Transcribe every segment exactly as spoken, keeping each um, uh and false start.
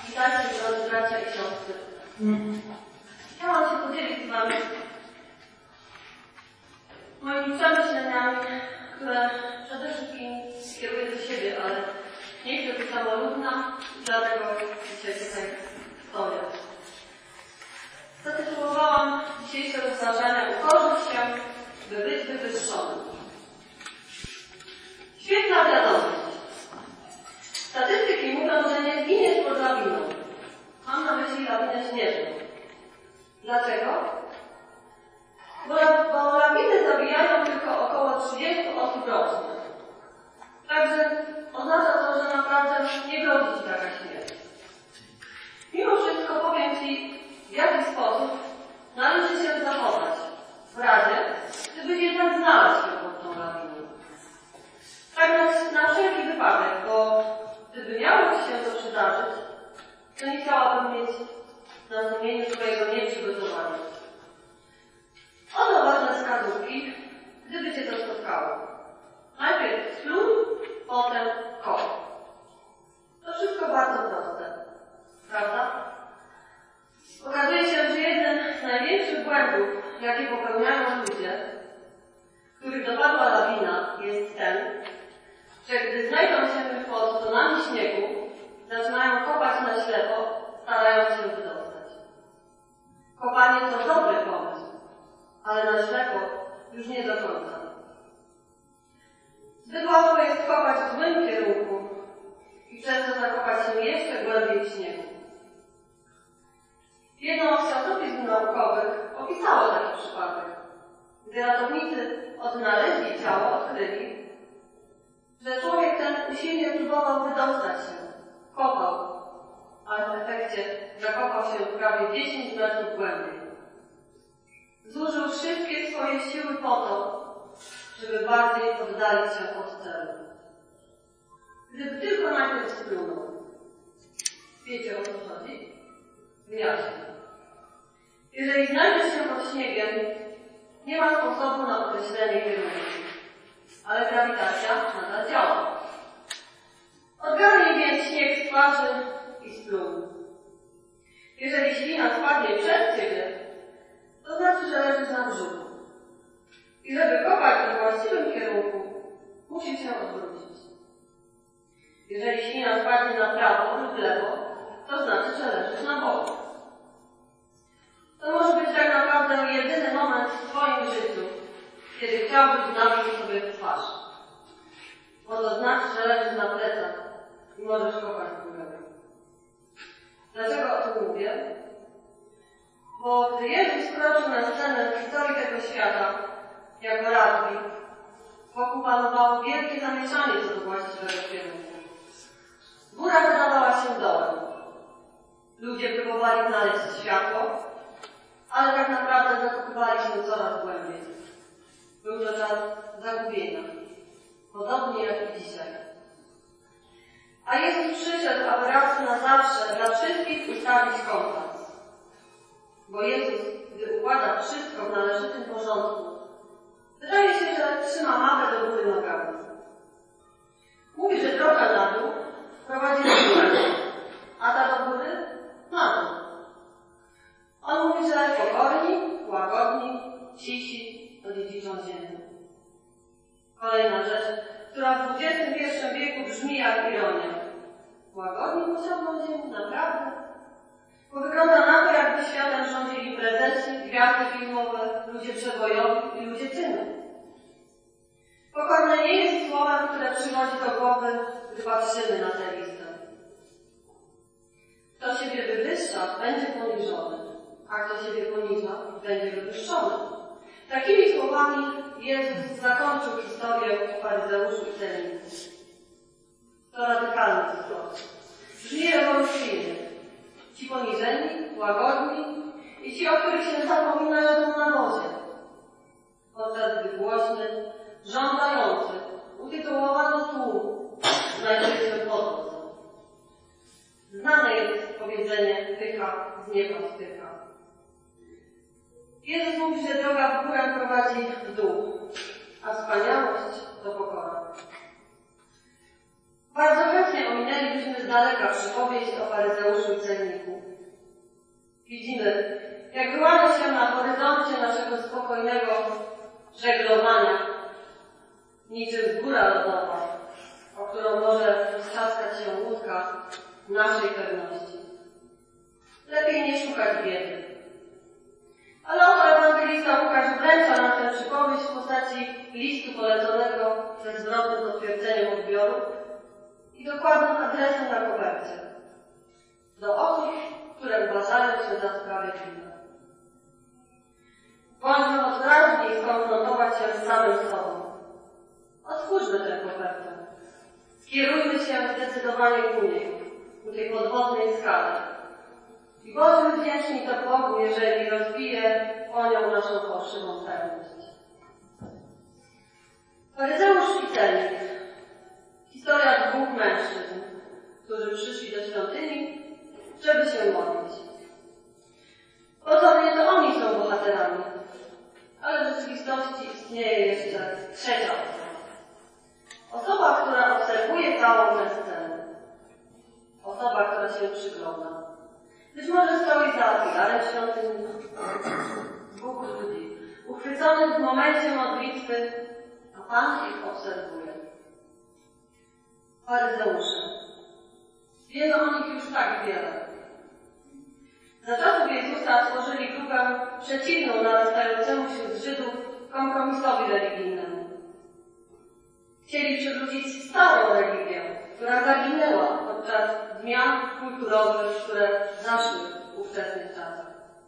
Witajcie, drodzy bracia i siostry. Chciałam się podzielić z Wami moimi przemyśleniami, które przede wszystkim kieruję do siebie, ale nie chcę być samolubna, dlatego dzisiaj tutaj stoję. Zatytułowałam dzisiejsze rozważania "Ukorzyć się, by być wywyższonym". Świetna wiadomość. Statystyki mówią, że nie zginiesz pod lawiną. Mam na myśli lawinę śnieżną. Dlaczego? Bo, bo lawiny zabijają tylko około trzydzieści osób rocznie. Także oznacza to, że naprawdę nie grozi Ci taka śmierć. Mimo wszystko powiem Ci, w jaki sposób należy się zachować w razie, gdybyś jednak znalazł się pod tą lawiną. Tak na, na wszelki wypadek, bo gdyby miało Ci się to przydarzyć, to nie chciałabym mieć na sumieniu swojego nieprzygotowania. Oto ważne wskazówki, gdyby Cię to spotkało. Najpierw spluń, potem kop. To wszystko bardzo proste, prawda? Okazuje się, że jeden z największych błędów, jakie popełniają ludzie, których dopadła lawina, jest ten, że gdy znajdą się pod tonami śniegu, zaczynają kopać na ślepo, starając się wydostać. Kopanie to dobry pomysł, ale na ślepo już nie do końca. Zbyt łatwo jest kopać w złym kierunku i przez to zakopać się jeszcze głębiej w śniegu. Jedno z czasopism naukowych opisało taki przypadek. Gdy ratownicy odnaleźli ciało, odkryli, że człowiek ten usilnie próbował wydostać się. Kopał, ale w efekcie zakopał się prawie dziesięć metrów głębiej. Zużył wszystkie swoje siły po to, żeby bardziej oddalić się od celu. Gdyby tylko najpierw splunął. Wiecie, o co chodzi? Wyjaśnię. Jeżeli znajdziesz się pod śniegiem, nie ma sposobu na określenie kierunku, ale grawitacja nadal działa. Odgarnij więc śnieg z twarzy i spluń. Jeżeli ślina spadnie przed Ciebie, to znaczy, że leżysz na brzuchu. I żeby kopać we właściwym kierunku, musisz się odwrócić. Jeżeli ślina spadnie na prawo lub lewo, to znaczy, że leżysz na boku. To może być tak naprawdę jedyny moment w Twoim życiu, kiedy chciałbyś nabić sobie w twarz. Bo to znaczy, że leżysz na plecach i możesz kopać w górę. Dlaczego o tym mówię? Bo gdy Jezus wkroczył na scenę w historii tego świata, jako rabbi, wokół panowało wielkie zamieszanie co do właściwego kierunku. Góra wydawała się dołem. Ludzie próbowali znaleźć światło, ale tak naprawdę zakopywali się coraz głębiej. Był to czas zagubienia, podobnie jak i dzisiaj. A Jezus przyszedł, aby raz na zawsze dla wszystkich ustawić kompas. Bo Jezus, gdy układa wszystko w należytym porządku, wydaje się, że trzyma mapę do góry nogami. Mówi, że droga na dół prowadzi do góry, a ta do góry na dół. On mówi, że pokorni, łagodni, cisi odziedziczą ziemię. Kolejna rzecz, która w dwudziestym pierwszym wieku brzmi jak ironia. Łagodni posiadną ziemię? Naprawdę? Bo wygląda na to, jakby światem rządzili prezesi, gwiazdy filmowe, ludzie przebojowi i ludzie czynu. Pokorne nie jest słowem, które przychodzi do głowy, gdy patrzymy na tę listę. Kto siebie wywyższa, będzie poniżony, a kto siebie poniża, będzie wywyższony. Takimi słowami Jezus zakończył historię faryzeuszy i celnicy. To radykalny zwrot. Brzmi rewolucyjnie. Ci poniżeni, łagodni i ci, o których się zapomina, jadą na wozie. Podczas gdy głośny, żądający, utytułowany tłum znajduje się pod wozem. Znane jest powiedzenie pycha z nieba spycha. Jezus mówi, że droga w górę prowadzi w dół, a wspaniałość to pokora. Bardzo chętnie ominęlibyśmy z daleka przypowieść o faryzeuszu i celniku. Widzimy, jak wyłania się na horyzoncie naszego spokojnego żeglowania, niczym góra lodowa, o którą może roztrzaskać się łódka naszej pewności. Lepiej nie szukać biedy. Ale oto ewangelista Łukasz wręcza nam tę przypowieść w postaci listu poleconego ze zwrotnym potwierdzeniem odbioru i dokładnym adresem na kopercie. Do osób, które uważają się za sprawiedliwe. Bądźmy odważni skonfrontować się z samym sobą. Otwórzmy tę kopertę. Skierujmy się zdecydowanie ku niej, ku tej podwodnej skale. I bądźmy wdzięczni to Bogu, jeżeli rozbije o nią naszą fałszywą pewność. Faryzeusz i celnik. Historia dwóch mężczyzn, którzy przyszli do świątyni, żeby się modlić. Pozornie to oni są bohaterami, ale w rzeczywistości istnieje jeszcze trzecia osoba. Osoba, która obserwuje całą tę scenę. Osoba, która się przygląda. Być może stoi za filarem świątyni, dwóch ludzi, uchwyconych w momencie modlitwy, a Pan ich obserwuje. Faryzeusze. Wiemy o nich już tak wiele. Za czasów Jezusa tworzyli grupę przeciwną narastającemu wśród Żydów kompromisowi religijnemu. Chcieli przywrócić starą religię, która zaginęła podczas zmian kulturowych, które zaszły w ówczesnych czasach.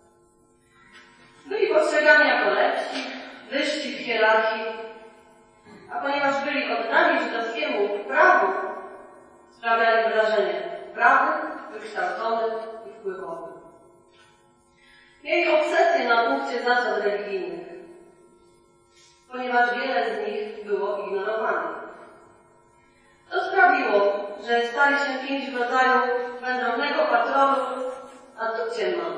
Byli postrzegani jako lepsi, wyżsi w hierarchii, a ponieważ byli oddani żydowskiemu prawu, sprawiali wrażenie prawych, wykształconych i wpływowych. Mieli obsesję na punkcie zasad religijnych, ponieważ wiele z nich było ignorowanych. To sprawiło, że stali się kimś w rodzaju wędrownego patrolu ad ciemną.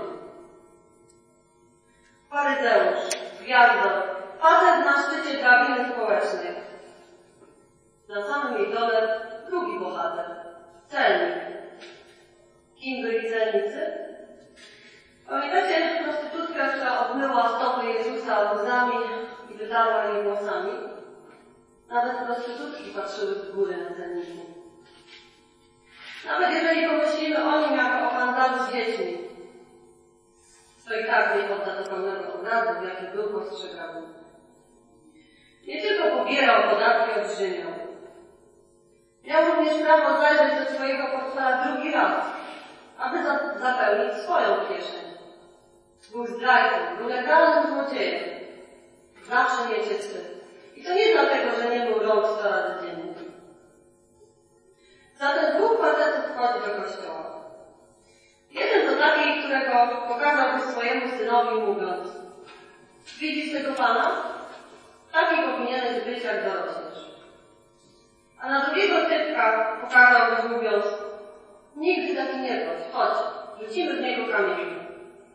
Faryzeusz, gwiazdor, facet na szczycie drabiny społecznej. Na samym jej dole drugi bohater, celnik. Kim byli celnicy? Pamiętacie prostytutkę, która obmyła stopy Jezusa łzami i wytarła jej włosami? Nawet prostytutki patrzyły w góry na celniku. Nawet jeżeli pomyślimy o nim jako o handlarzu z dziećmi, to i tak nie podda do pełnego obrazu, jaki był postrzegany. Nie tylko pobierał podatki od Rzymian. Miał również prawo zajrzeć do swojego portfela drugi raz, aby za zapełnić swoją kieszeń. Był zdrajcą, był legalnym złodziejem. Zawsze miecie wstyd. I to nie dlatego, że nie był rąk sto razy dziennie. Zatem dwóch facetów wchodzi do kościoła. Jeden to taki, którego pokazałby swojemu synowi mówiąc: widzisz tego Pana? Taki powinieneś być, jak dorośniesz. A na drugiego typka pokazałby mówiąc: nigdy taki nie bądź, chodź, rzucimy w niego kamieniem.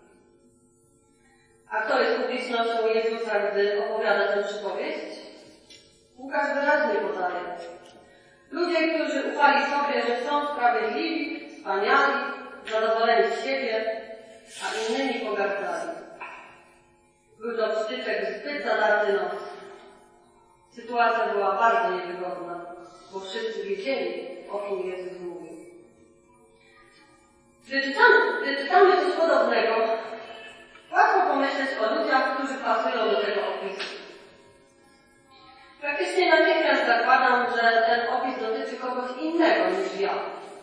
A kto jest publicznością Jezusa, gdy opowiada tę przypowieść? Łukasz wyraźnie podaje. Ludzie, którzy ufali sobie, że są sprawiedliwi, wspaniali, zadowoleni z siebie, a innymi pogardzali. Był to przytyczek zbyt zadarty nos. Sytuacja była bardzo niewygodna, bo wszyscy wiedzieli, o kim Jezus mówił. Gdy czytamy, gdy czytamy coś podobnego, łatwo pomyśleć o ludziach, którzy pasują do tego opisu. Praktycznie natychmiast zakładam, że ten opis dotyczy kogoś innego niż ja.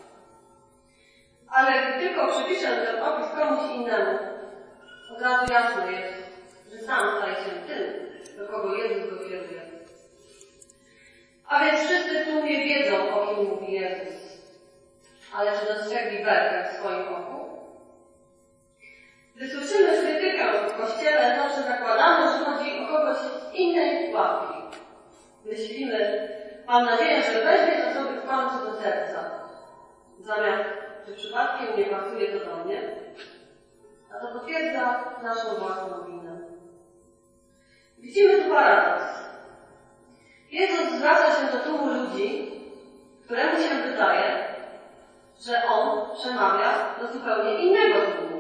Ale gdy tylko przypiszę ten opis komuś innemu, od razu jasne jest, że sam staje się tym, do kogo Jezus go kieruje. A więc wszyscy w tłumie wiedzą, o kim mówi Jezus. Ale czy dostrzegli belkę w swoim oku? Gdy słyszymy krytykę w Kościele, zawsze zakładamy, że chodzi o kogoś z innej ławki. Myślimy, mam nadzieję, że weźmie to sobie w końcu do serca. Zamiast, czy przypadkiem nie pasuje to do mnie? A to potwierdza naszą własną winę. Widzimy tu paradoks. Jezus zwraca się do tłumu ludzi, któremu się wydaje, że on przemawia do zupełnie innego tłumu.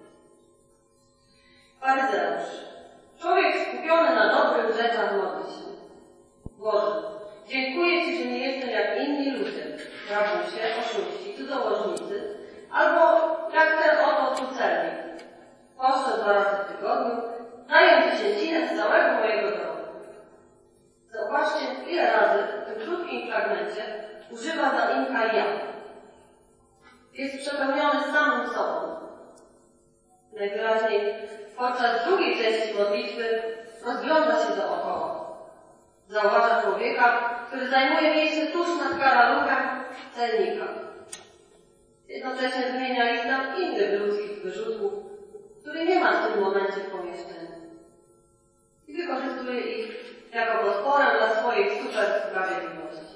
Faryzeusz. Człowiek skupiony na dobrych rzeczach modli się. Boże, dziękuję Ci, że nie jestem jak inni ludzie, rabusie, oszuści, cudzołożnicy, albo jak ten oto tu celnik. Poszczę dwa razy w tygodniu, daję dziesięcinę z całego mojego domu. Zobaczcie, ile razy w tym krótkim fragmencie używa zaimka ja. Jest przepełniony samym sobą. Najwyraźniej podczas drugiej części modlitwy rozgląda się dookoła. Zauważa człowieka, który zajmuje miejsce tuż nad karaluchem celnika. Jednocześnie wymienia ich nam innych ludzkich wyrzutków, który nie ma w tym momencie w pomieszczeniu. I wykorzystuje ich jako podporę dla swojej super sprawiedliwości.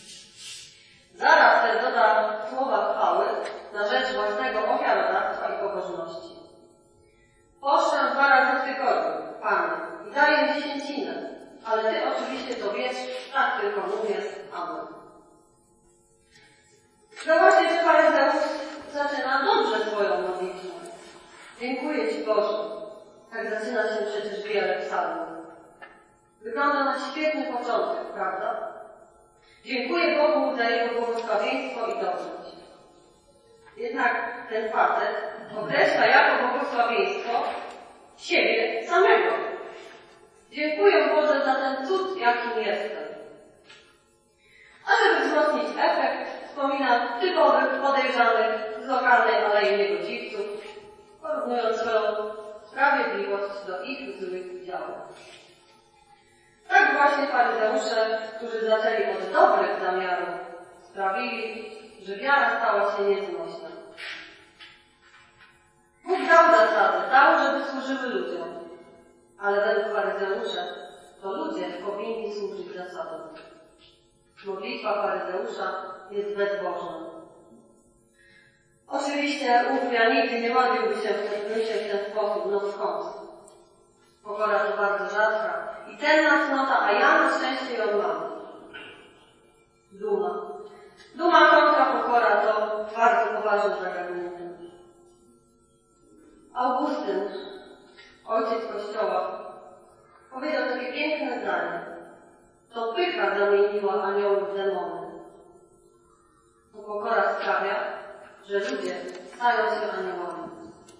Zaraz ten doda słowa chwały na rzecz własnego ofiarodawstwa i pobożności. Poszczę dwa razy w tygodniu, Panie, i daję dziesięcinę, ale Ty oczywiście to wiesz, tak tylko mówię, amen. Zobaczcie, że faryzeusz zaczyna dobrze swoją modlitwę. Dziękuję Ci, Boże. Tak zaczyna się przecież wiele psalmów. Wygląda na świetny początek, prawda? Dziękuję Bogu za Jego błogosławieństwo i dobroć. Jednak ten facet określa jako błogosławieństwo siebie samego. Dziękuję Boże za ten cud, jakim jestem. A żeby wzmocnić efekt, wspomina typowych podejrzanych z lokalnej Alei Niegodziwców, porównując swoją sprawiedliwość do ich złych działań. Tak właśnie faryzeusze, którzy zaczęli od dobrych zamiarów, sprawili, że wiara stała się nieznośna. Bóg dał zasady, dał, żeby służyły ludziom, ale według faryzeusza to ludzie powinni służyć zasadom. Modlitwa faryzeusza jest bezbożna. Oczywiście ów ja nigdy nie modliłby się w ten, się w ten sposób, no skąd? Pokora to bardzo rzadka i cenna cnota, a ja na szczęście ją mam. Duma. Duma kontra pokora to bardzo poważne zagadnienie. Augustyn, ojciec Kościoła, powiedział takie piękne zdanie. To pycha zamieniła aniołów w demony. To pokora sprawia, że ludzie stają się aniołami.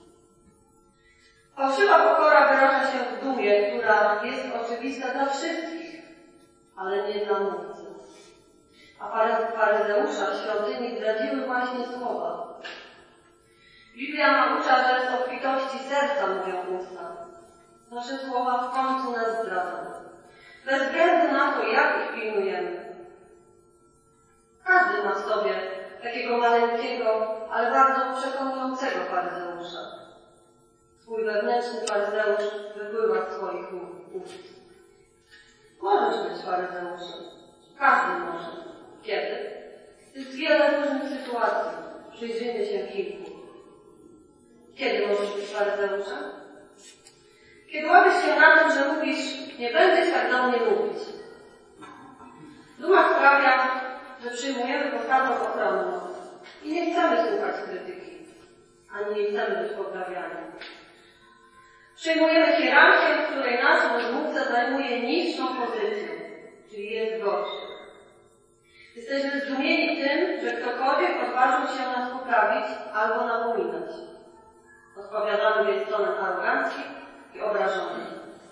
Fałszywa pokora wyraża się w dumie, która jest oczywista dla wszystkich, ale nie dla mówcy. A faryzeusza w świątyni zdradziły właśnie słowa. Biblia naucza, że z obfitości serca mówią usta. Nasze słowa w końcu nas zdradzą. Bez względu na to, jak ich pilnujemy. Każdy ma w sobie takiego maleńkiego, ale bardzo przekonującego faryzeusza. Swój wewnętrzny faryzeusz wypływa z swoich ust. Możesz być faryzeuszem. Każdy może. Kiedy? Jest wiele różnych sytuacji. Przyjrzyjmy się kilku. Kiedy możesz być faryzeuszem? Kiedy łapiesz się na tym, że mówisz, nie będziesz tak do mnie mówić. Duma sprawia, że przyjmujemy postawę ochronną i nie chcemy słuchać krytyki, ani nie chcemy być poprawiani. Przyjmujemy hierarchię, w której nasz rozmówca zajmuje niższą pozycję, czyli jest gorszy. Jesteśmy zdumieni tym, że ktokolwiek odważył się nas poprawić albo napominać. Odpowiadamy więc tonem arogancji i obrażony.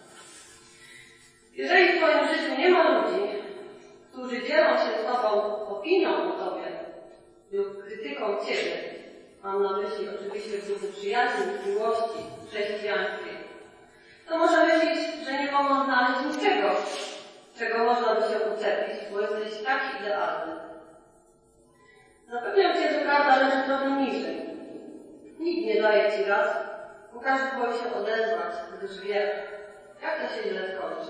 Jeżeli w Twoim życiu nie ma ludzi, którzy dzielą się z Tobą opinią o Tobie lub krytyką Ciebie, mam na myśli oczywiście w duchu przyjaźni, miłości, chrześcijańskiej, to może myśleć, że nie mogą znaleźć niczego, czego można by się uczepić, bo jesteś taki idealny. Zapewniam Cię, że prawda leży trochę niżej. Nikt nie daje Ci raz, bo każdy boi się odezwać, gdyż wie, jak to się źle skończy.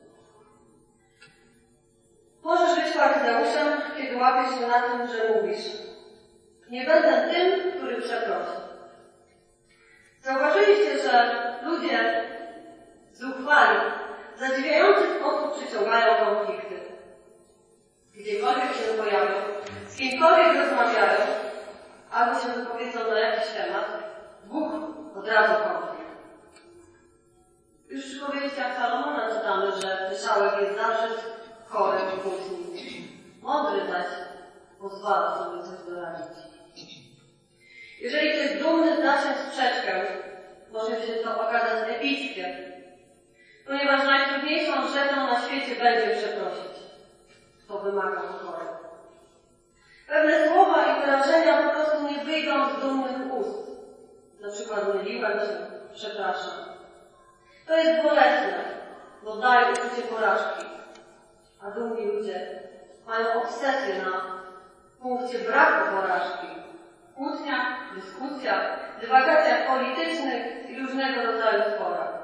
Możesz być faryzeuszem, kiedy łapiesz się na tym, że mówisz: nie będę tym, który przeprosi. Zauważyliście, że ludzie zuchwali w zadziwiający sposób przyciągają konflikty. Gdziekolwiek się pojawią, Z kimkolwiek rozmawiają, albo się wypowiedzą na jakiś temat, Bóg od razu konflikt. Już w przypowieściach Salomona czytamy, że pyszałek jest zawsze chory i kłótni. Mądry zaś pozwala sobie coś doradzić. Jeżeli ktoś dumny zda się sprzeczkę, może się to okazać epickie, ponieważ najtrudniejszą rzeczą na świecie będzie przeprosić. To wymaga pokory. Pewne słowa i wyrażenia po prostu nie wyjdą z dumnych ust. Na przykład myliłem się, przepraszam. To jest bolesne, bo daje uczucie porażki. A dumni ludzie mają obsesję na punkcie braku porażki. Kłótniach, dyskusjach, dywagacjach politycznych i różnego rodzaju sporach.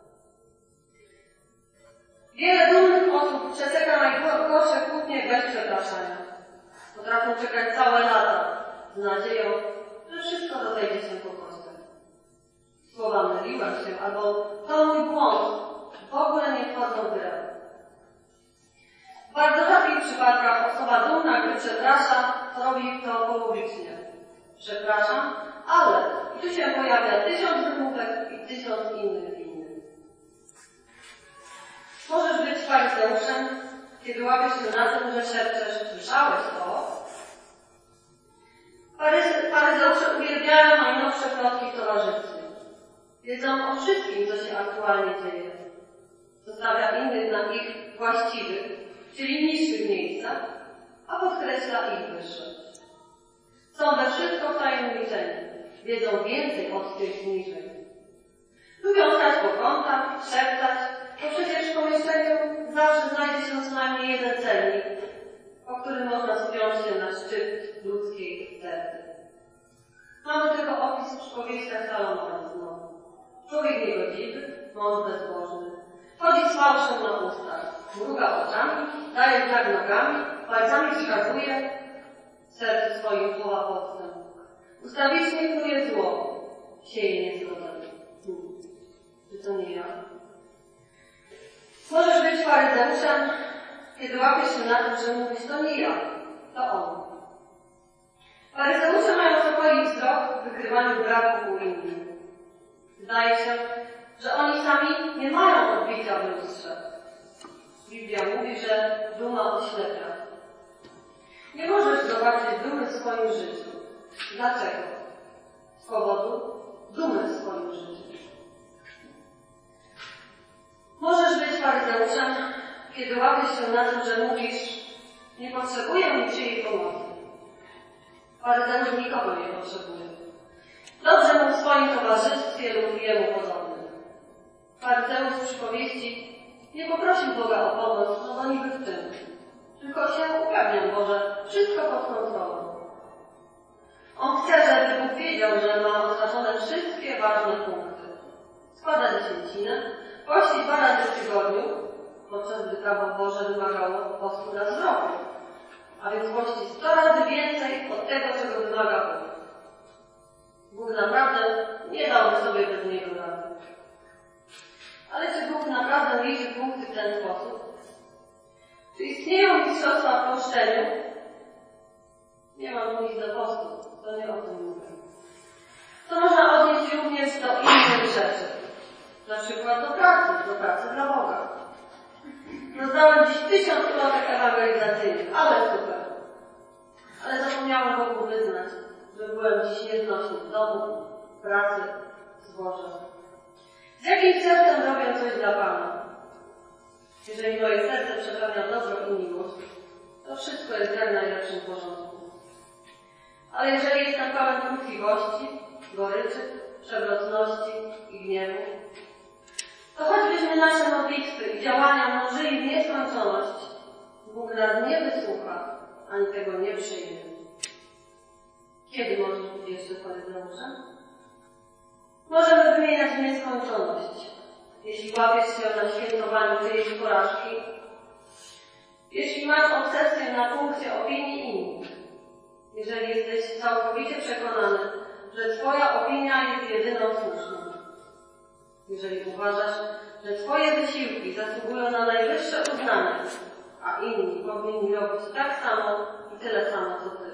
Wiele dumnych osób przeczeka najgorsze kłótnie bez przepraszania. Potrafią czekać całe lata z nadzieją, że wszystko rozejdzie się po kostce. Słowa myliłem się albo to mój błąd w ogóle nie wchodzą w grę. W bardzo rzadkich przypadkach osoba dumna, gdy przeprasza, to robi to połowicznie. Przepraszam, ale i tu się pojawia tysiąc wymówek i tysiąc innych innych. Możesz być faryzeuszem, kiedy łapiesz się na tym, że szepczesz, słyszałeś to? Faryzeusze uwielbiają najnowsze plotki w towarzystwie. Wiedzą o wszystkim, co się aktualnie dzieje. Zostawia innych na ich właściwych, czyli niższych miejscach, a podkreśla ich wyższe. Są we wszystko wtajemniczeni. Wiedzą więcej od tych niżej. Lubią stać po kątach, szeptać, bo przecież w pomieszczeniu zawsze znajdzie się co najmniej jeden celnik, o którym można spiąć się na szczyt ludzkiej sercy. Mamy tylko opis w przypowieściach Salomona znowu. Człowiek niegodziwy, mąż bezbożny. Chodzi z fałszem na ustach, mruga oczami, daje znak nogami, palcami wskazuje, w sercu swoim słowa podstęp. Ustawicznie knuje zło, sieje niezgodę. Hmm. Czy to nie ja? Możesz być faryzeuszem, kiedy łapiesz się na tym, że mówisz, to nie ja, to on. Faryzeusze mają swój wzrok w wykrywaniu braków u innych. Wydaje się, że oni sami nie mają odbicia w lustrze. Biblia mówi, że duma oślepia. Nie możesz zobaczyć dumy w swoim życiu. Dlaczego? Z powodu dumy w swoim życiu. Możesz być faryzeuszem, kiedy łapiesz się na tym, że mówisz, nie potrzebuję niczyjej pomocy. Faryzeusz nikogo nie potrzebuje. Dobrze mu w swoim towarzystwie lub jemu podobnym. Faryzeusz w przypowieści nie poprosił Boga o pomoc, no bo niby w tym. Tylko się upewniam, Boże, wszystko pod kontrolą. On chce, żeby Bóg wiedział, że ma oznaczone wszystkie ważne punkty. Składa dziesięcinę, pości dwa razy w tygodniu, podczas gdy prawo Boże wymagało postu raz w roku. A więc pości sto razy więcej od tego, czego wymaga Bóg. Bóg naprawdę nie dałby sobie bez niego rady. Ale czy Bóg naprawdę liczy punkty w ten sposób? Czy istnieją mistrzostwa w poszczeniu? Nie mam tu nic do postu, to nie o tym mówię. To można odnieść również do innych rzeczy. Na przykład do pracy, do pracy dla Boga. Rozdałem dziś tysiąc plotek ewangelizacyjnych, ale super. Ale zapomniałem Bogu wyznać, że byłem dziś nieznośny w domu, w pracy, w zborze. Z jakim sercem robię coś dla Pana? Jeżeli moje serce przepełnia dobro i miłość, to wszystko jest jak w najlepszym porządku. Ale jeżeli jestem pełen kłótliwości, goryczy, przewrotności i gniewu, to choćbyśmy nasze modlitwy i działania mnożyli w nieskończoność, Bóg nas nie wysłucha, ani tego nie przyjmie. Kiedy możesz być jeszcze faryzeuszem? Możemy wymieniać w nieskończoność. Jeśli łapiesz się na świętowaniu czyjejś porażki, jeśli masz obsesję na punkcie opinii innych, jeżeli jesteś całkowicie przekonany, że Twoja opinia jest jedyną słuszną, jeżeli uważasz, że Twoje wysiłki zasługują na najwyższe uznanie, a inni powinni robić tak samo i tyle samo co Ty.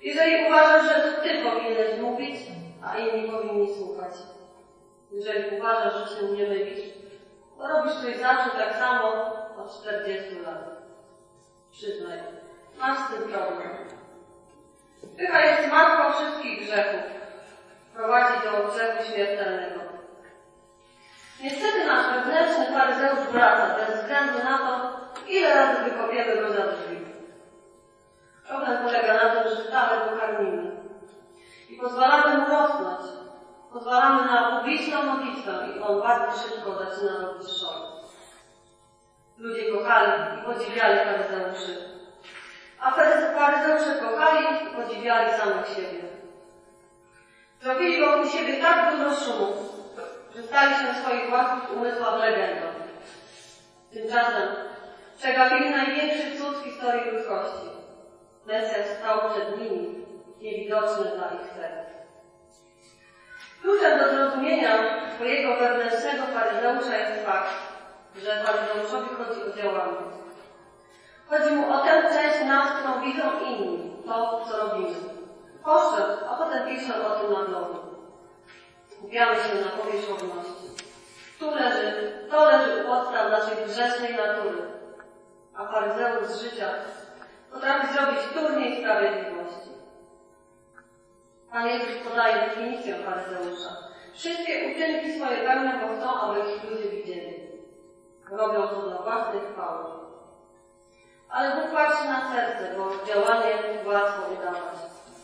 Jeżeli uważasz, że to ty powinieneś mówić, a inni powinni słuchać. Jeżeli uważasz, że się nie mylisz, to robisz coś zawsze tak samo od czterdziestu lat. Przyznaj, masz z tym problem. Pycha jest matką wszystkich grzechów. Prowadzi do grzechu śmiertelnego. Niestety nasz wewnętrzny faryzeusz wraca bez względu na to, ile razy wykopiemy go za drzwi. Problem polega na tym, że stale go karmimy i pozwalamy mu rosnąć. Pozwalamy na publiczną modlitwę i on bardzo szybko zaczyna robić szok. Ludzie kochali i podziwiali faryzeuszy, a faryzeusze kochali i podziwiali samych siebie. Zrobili wokół siebie tak dużo szumu, że stali się w swoich własnych umysłach legendą. Tymczasem przegapili największy cud w historii ludzkości. Mesjasz stał przed nimi, niewidoczny dla ich serc. Kluczem do zrozumienia swojego wewnętrznego faryzeusza jest fakt, że faryzeuszowi chodzi o działanie. Chodzi mu o tę część nas, którą widzą inni, to, co robimy. Poszczę, a potem piszę o tym na blogu. Skupiamy się na powierzchowności. Tu leży, to leży u podstaw naszej grzesznej natury. A faryzeusz z życia potrafi zrobić turniej sprawiedliwości. Pan Jezus podaje definicję faryzeusza. Wszystkie uczynki swoje pełnią, bo chcą, aby ich ludzie widzieli. Robią to dla własnej chwały. Ale Bóg patrzy na serce, bo działanie łatwo udawać.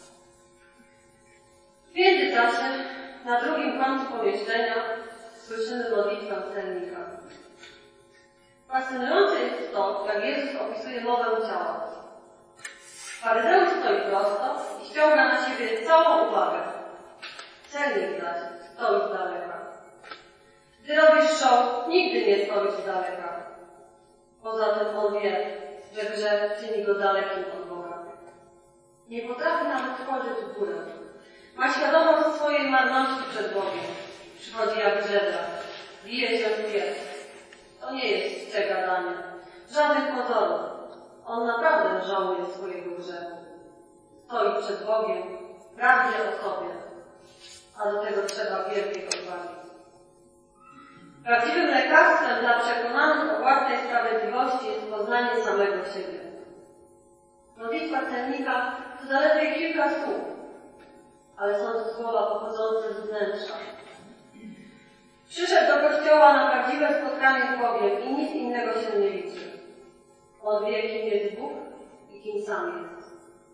W międzyczasie, na drugim końcu pomieszczenia, słyszymy modlitwę celnika. Fascynujące jest to, jak Jezus opisuje mowę ciała. Faryzeusz stoi prosto i ściąga na siebie całą uwagę. Celnik zaś stoi z daleka. Gdy robisz show, nigdy nie stoisz z daleka. Poza tym on wie, że grzech czyni go dalekim od Boga. Nie potrafi nawet spojrzeć w górę. Ma świadomość swojej marności przed Bogiem. Przychodzi jak żebra. Bije się w pies. To nie jest czcze gadanie. Żadnych pozorów. On naprawdę żałuje swojego grzechu. Stoi przed Bogiem, prawdzie o sobie. A do tego trzeba wielkiej odwagi. Prawdziwym lekarstwem dla przekonanych o własnej sprawiedliwości jest poznanie samego siebie. Modlitwa celnika to zaledwie kilka słów, ale są to słowa pochodzące z wnętrza. Przyszedł do kościoła na prawdziwe spotkanie z Bogiem i nic innego się nie liczy. On wie, kim jest Bóg i kim sam jest.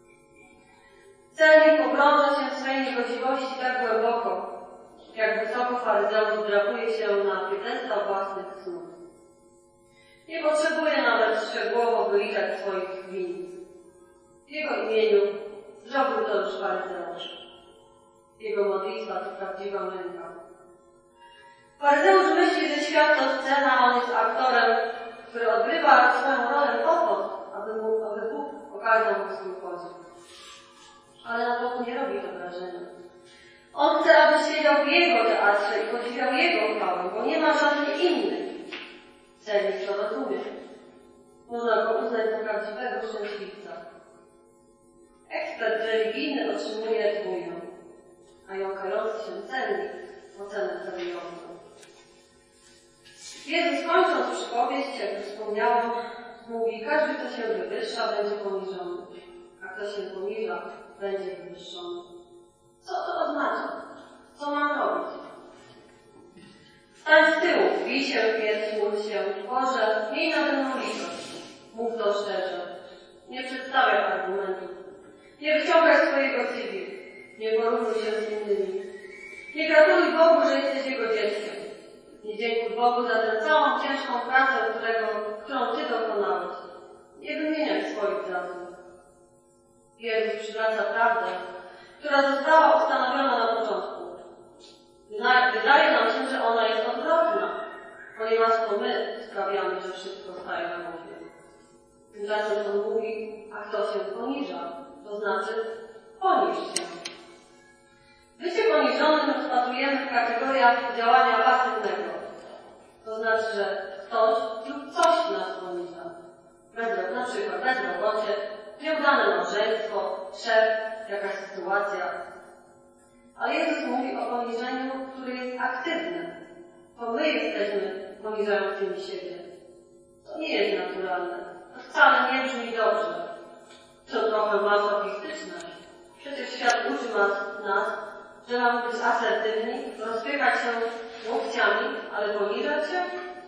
Celnik pogrąża się w swej niegodziwości tak głęboko, jak wysoko faryzeusz drapuje się na piedestał własnych snów. Nie potrzebuje nawet szczegółowo wyliczać swoich win. W jego imieniu zrobił to już faryzeusz. Jego modlitwa to prawdziwa męka. Faryzeusz myśli, że świat to scena, a on jest aktorem, który odgrywa swoją rolę po to, aby, mu, aby Bóg okazał mu swój podziw. Ale na Bogu nie robi to wrażenia. On chce, aby siedział w jego teatrze i podziwiał jego chwałę, bo nie ma żadnych innych. Celnik to rozumie. Można go uznać za prawdziwego szczęśliwca. Ekspert religijny otrzymuje dwójną, a jąkający się celnik ocenę celującą. Jezus, kończąc przypowieść, jak już wspomniałam, mówi: każdy, kto się wywyższa, będzie poniżony, a kto się poniża, będzie wywyższony. Co to oznacza? Co mam robić? Stań z tyłu, bij się w pierś, módl się: Boże, miej nade mną litość. Mów to szczerze. Nie przedstawiaj argumentów. Nie wyciągaj swojego C V. Nie porównuj się z innymi. Nie gratuluj Bogu, że jesteś Jego dzieckiem. Nie dziękuj Bogu za tę całą ciężką pracę, którego, którą Ty dokonałeś. Nie wymieniaj swoich zasług. Jezus przywraca prawdę, która została ustanowiona na początku. Wydaje nam się, że ona jest odwrotna, ponieważ to my sprawiamy, że wszystko staje na głowie. Tymczasem on mówi: a kto się poniża, to znaczy poniż się. Bycie poniżonym rozpatrujemy w kategoriach działania pasywnego. To znaczy, że ktoś lub coś nas poniża. Bezro, na przykład bezrobocie, nieudane małżeństwo, szef, jakaś sytuacja. Ale Jezus mówi o poniżeniu, które jest aktywne. To my jesteśmy poniżającymi siebie. To nie jest naturalne. To wcale nie brzmi dobrze. To trochę masochistyczne. Przecież świat uczy nas, nas, że mamy być asertywni, rozpychać się łokciami, ale poniżać się?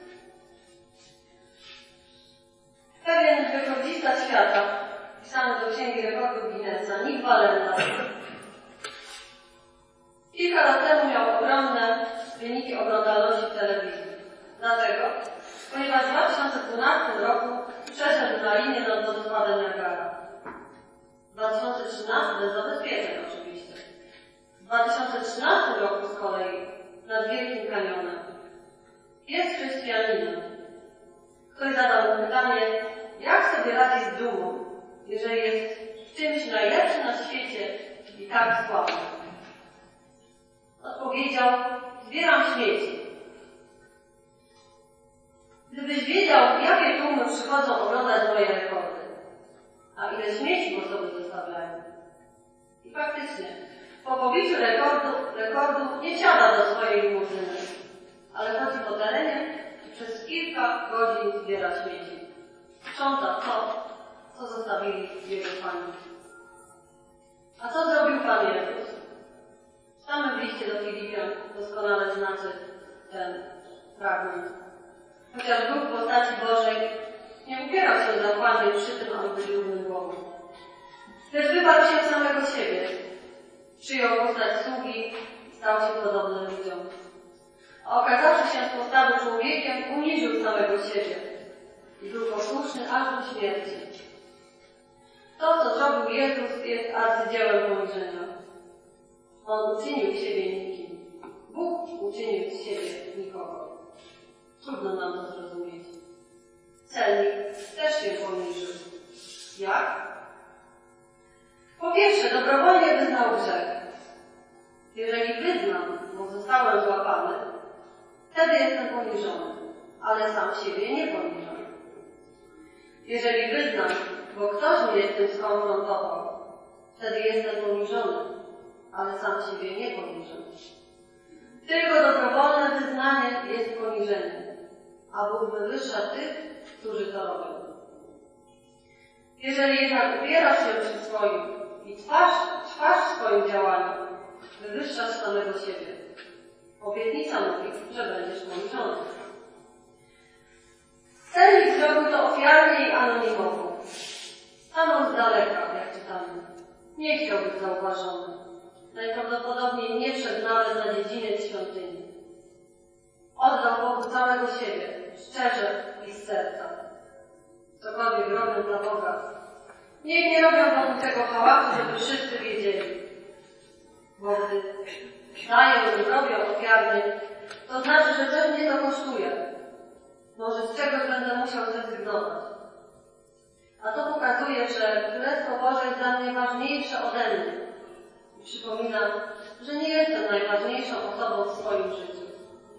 Pewien rekordzista świata, pisany do Księgi Rekordów Guinnessa, Nick Wallenda, kilka lat temu miał ogromne wyniki oglądalności w telewizji. Dlaczego? Ponieważ w dwa tysiące dwunastym roku przeszedł na linię nad wodospadem Niagara. W dwa tysiące trzynastym bez zabezpieczeń oczywiście. W dwa tysiące trzynastym roku z kolei nad Wielkim Kanionem. Jest chrześcijaninem. Ktoś zadał mu pytanie, jak sobie radzi z dumą, jeżeli jest czymś najlepszym na świecie i tak słabym? Odpowiedział, zbieram śmieci. Gdybyś wiedział, jakie tłumy przychodzą oglądać moje rekordy, a ile śmieci po sobie zostawiają. I faktycznie, po pobiciu rekordu, rekordu nie siada do swojej limuzyny, ale chodzi po terenie i przez kilka godzin zbiera śmieci. Sprząta to, co zostawili jego fani. A co zrobił Pan Jezus? Czytamy w liście do Filipian, doskonale znacie ten fragment. Chociaż był w postaci Bożej, nie upierał się zapłanie przy tym, aby być równym Bogu. Lecz wyparł się samego siebie. Przyjął postać sługi i stał się podobny ludziom. A okazawszy się z postawy człowiekiem, uniżył samego siebie i był posłuszny aż do śmierci. To, co zrobił Jezus, jest arcydziełem poniżenia. On uczynił siebie nikim. Bóg uczynił z siebie nikogo. Trudno nam to zrozumieć. Celnik też się poniżył. Jak? Po pierwsze, dobrowolnie wyznał grzech. Jeżeli wyznam, bo zostałem złapany, wtedy jestem poniżony, ale sam siebie nie poniżam. Jeżeli wyznam, bo ktoś mnie z tym skonfrontował, wtedy jestem poniżony, ale sam siebie nie poniżam. Tylko dobrowolne wyznanie jest poniżeniem, a Bóg wywyższa tych, którzy to robią. Jeżeli jednak upierasz się przy swoim i trwasz, trwasz w swoim działaniu, wywyższasz samego siebie. Obietnica mówi, że będziesz poniżony. Celnik zrobił to ofiarnie i anonimowo. Stanął z daleka, jak czytamy. Nie chciał być zauważony. Najprawdopodobniej nie wszedł nawet na dziedziniec świątyni. Oddał Bogu całego siebie, szczerze i z serca. Cokolwiek robią dla Boga. Niech nie robią wokół tego hałasu, żeby wszyscy wiedzieli. Bo gdy dają lub robią ofiarnie, to znaczy, że coś mnie to kosztuje. Może z czegoś będę musiał zrezygnować. A to pokazuje, że Królestwo Boże jest dla mnie ważniejsze ode mnie. I przypominam, że nie jestem najważniejszą osobą w swoim życiu.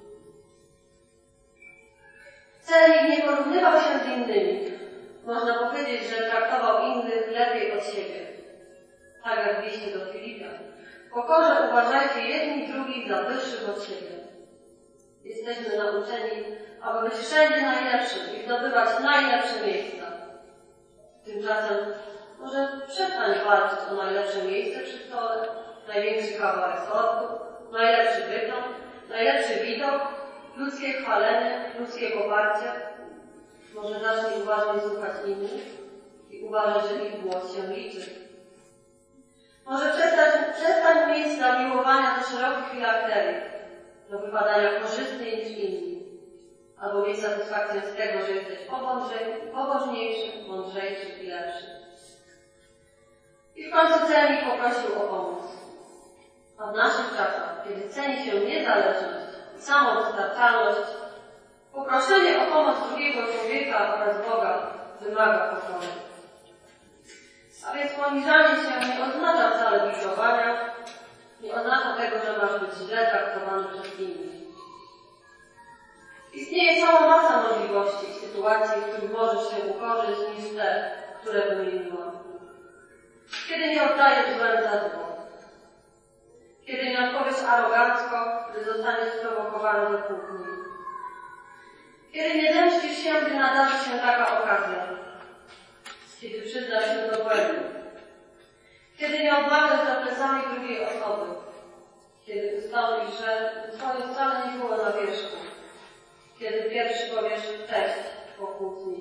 Celnik nie porównywał się z innymi. Można powiedzieć, że traktował innych lepiej od siebie. Tak jak w liście do Filipian. W pokorze uważajcie jedni drugich za wyższych od siebie. Jesteśmy nauczeni, aby być wszędzie najlepszym i zdobywać najlepsze miejsca. Tymczasem może przestań walczyć o najlepsze miejsce przy stole, największy kawałek sortu, najlepszy wygląd, najlepszy widok, ludzkie chwalenie, ludzkie poparcie. Może zacznij uważnie słuchać innych i uważać, że ich głos się liczy. Może przestań, przestań mieć zamiłowania do szerokich filakterii, do wypadania korzystniej niż inni, albo mieć satysfakcję z tego, że jesteś pobożniejszy, mądrzejszy i lepszy. I w końcu celnik poprosił o pomoc. A w naszych czasach, kiedy ceni się niezależność i samowystarczalność, poproszenie o pomoc drugiego człowieka oraz Boga wymaga pokory. A więc poniżanie się nie oznacza wcale biczowania, nie oznacza tego, że masz być źle traktowany przez innych. Istnieje cała masa możliwości i sytuacji, w których możesz się ukorzyć, niż te, które wymieniłam. Kiedy nie oddajesz złem za zło. Kiedy nie odpowiesz arogancko, gdy zostaniesz sprowokowany do kłótni. Kiedy nie zemścisz się, gdy nadarzy się taka okazja. Kiedy przyznasz się do błędu. Kiedy nie obmawiasz za plecami drugiej osoby. Kiedy ustąpisz, że twoje wcale nie było na wierzchu. Kiedy pierwszy powiesz cześć po kłótni.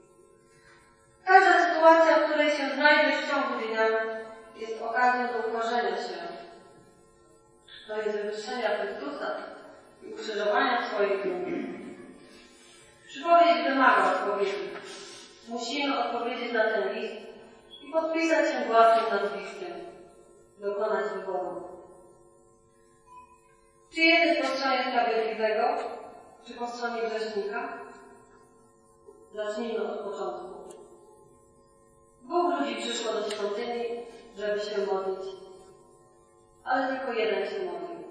Każda sytuacja, w której się znajdziesz w ciągu dnia, jest okazją do uważenia się. To jest wywyższenia Chrystusa i ukrzyżowania swojej dumy. Przypowieść wymaga odpowiedzi. Musimy odpowiedzieć na ten list i podpisać się własnym nazwiskiem. Dokonać wyboru. Czy jesteś po stronie sprawiedliwego, czy po stronie grzesznika? Zacznijmy od początku. Dwóch ludzi przyszło do świątyni, żeby się modlić, ale tylko jeden się modlił.